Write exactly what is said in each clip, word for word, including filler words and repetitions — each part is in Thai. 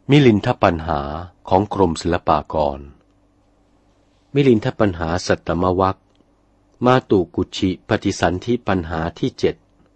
มิลินทปัญหาของกรมศิลปากรมิลินทปัญหาสัตตมวรรคมาตุกุจฉิปฏิสันธิปัญหาที่เจ็ด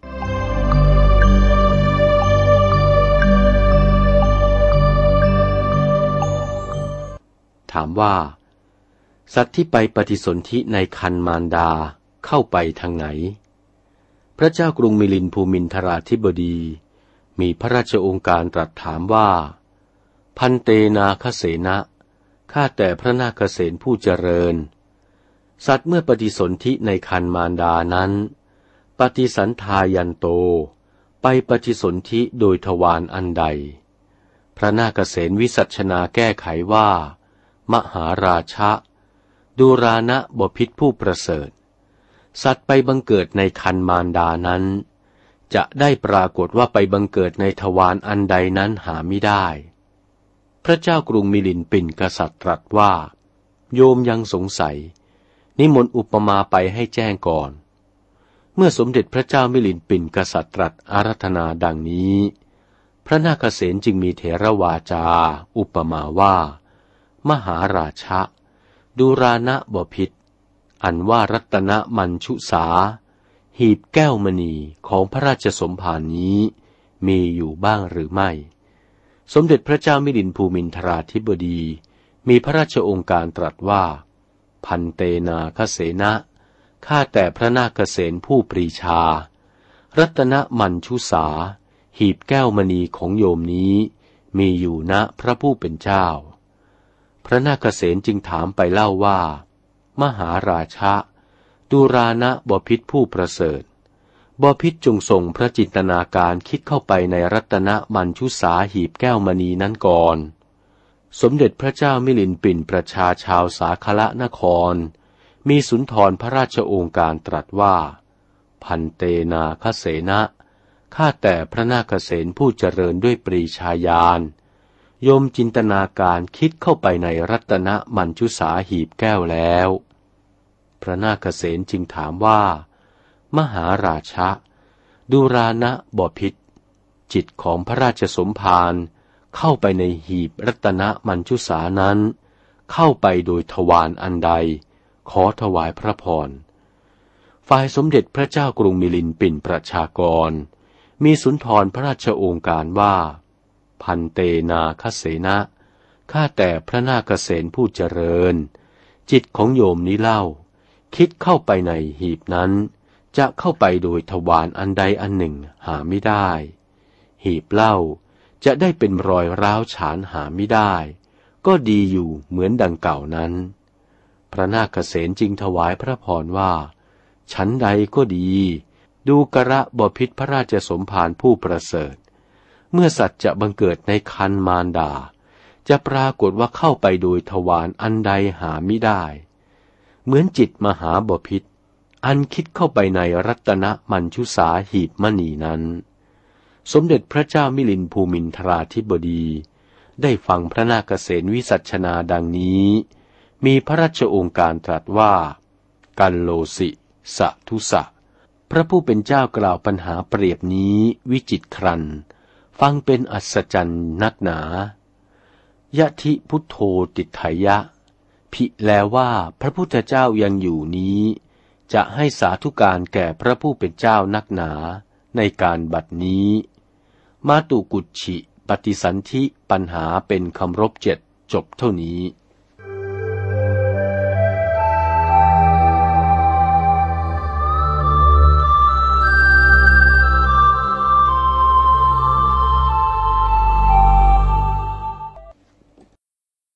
ถามว่าสัตว์ที่ไปปฏิสนธิในครรภ์มารดาเข้าไปทางไหนพระเจ้ากรุงมิลินภูมินทราธิบดีมีพระราชโองการตรัสถามว่าพันเตนาคเสนะข้าแต่พระนาคเสนผู้เจริญสัตว์เมื่อปฏิสนธิในครรภ์มารดานั้นปฏิสันทายันโตไปปฏิสนธิโดยทวารอันใดพระนาคเสนวิสัชนาแก้ไขว่ามหาราชะดูรานะบพิตรผู้ประเสริฐสัตว์ไปบังเกิดในครรภ์มารดานั้นจะได้ปรากฏว่าไปบังเกิดในทวารอันใดนั้นหาไม่ได้พระเจ้ากรุงมิลินปินกษัตริย์ตรัสว่าโยมยังสงสัยนิมนต์อุปมาไปให้แจ้งก่อนเมื่อสมเด็จพระเจ้ามิลินปินกษัตริย์ตรัสอาราธนาดังนี้พระนาคเสนจึงมีเถรวาจาอุปมาว่ามหาราชะดูรานะบพิตรอันว่ารัตนมัญชุสาหีบแก้วมณีของพระราชสมภารนี้มีอยู่บ้างหรือไม่สมเด็จพระเจ้ามิลินภูมินทราธิบดีมีพระราชโองการตรัสว่าพันเตนาคเสนะข้าแต่พระนาคเสนผู้ปรีชารัตนมัญชุสาหีบแก้วมณีของโยมนี้มีอยู่ณพระผู้เป็นเจ้าพระนาคเสนจึงถามไปเล่าว่ามหาราชะดูรานะบพิตรผู้ประเสริฐบพิตรจงส่งพระจินตนาการคิดเข้าไปในรัตนมัญชุสาหีบแก้วมณีนั้นก่อนสมเด็จพระเจ้ามิลินปินประชาชาวสาคละนครมีสุนทรพระราชโองการตรัสว่าพันเตนาคเสนะข้าแต่พระนาคเสนผู้เจริญด้วยปรีชาญาณโยมจินตนาการคิดเข้าไปในรัตนมัญชุสาหีบแก้วแล้วพระนาคเสนจึงถามว่ามหาราชะดูรานะบพิตรจิตของพระราชสมภารเข้าไปในหีบรัตนมัญชุสานั้นเข้าไปโดยทวารอันใดขอถวายพระพรฝ่ายสมเด็จพระเจ้ากรุงมิลินปินประชากรมีสุนทรพระราชโองการว่าพันเตนาคเสนะข้าแต่พระนาคเสนผู้เจริญจิตของโยมนี้เล่าคิดเข้าไปในหีบนั้นจะเข้าไปโดยทวารอันใดอันหนึ่งหาไม่ได้หีบเล่าจะได้เป็นรอยร้าวฉานหาไม่ได้ก็ดีอยู่เหมือนดังเก่านั้นพระนาคเสนจึงถวายพระพรว่าชั้นใดก็ดีดูกระบพิตรพระราชสมภารผู้ประเสริฐเมื่อสัตว์จะบังเกิดในครรภ์มารดาจะปรากฏว่าเข้าไปโดยทวารอันใดหาไม่ได้เหมือนจิตมหาบพิตรอันคิดเข้าไปในรัตนมัญชุสาหีบมณีนั้นสมเด็จพระเจ้ามิลินภูมินทราธิบดีได้ฟังพระนาคเสนวิสัชนาดังนี้มีพระราชโองการตรัสว่ากัลโลสิสะทุสะพระผู้เป็นเจ้ากล่าวปัญหาเปรียบนี้วิจิตรครันฟังเป็นอัศจรรย์นักหนายะทิพุทโธติไถยะภิแลว่าพระพุทธเจ้ายังอยู่นี้จะให้สาธุการแก่พระผู้เป็นเจ้านักหนาในการบัดนี้มาตุกุจฉิปฏิสันธิปัญหาเป็นคำรบเจ็ดจบเท่านี้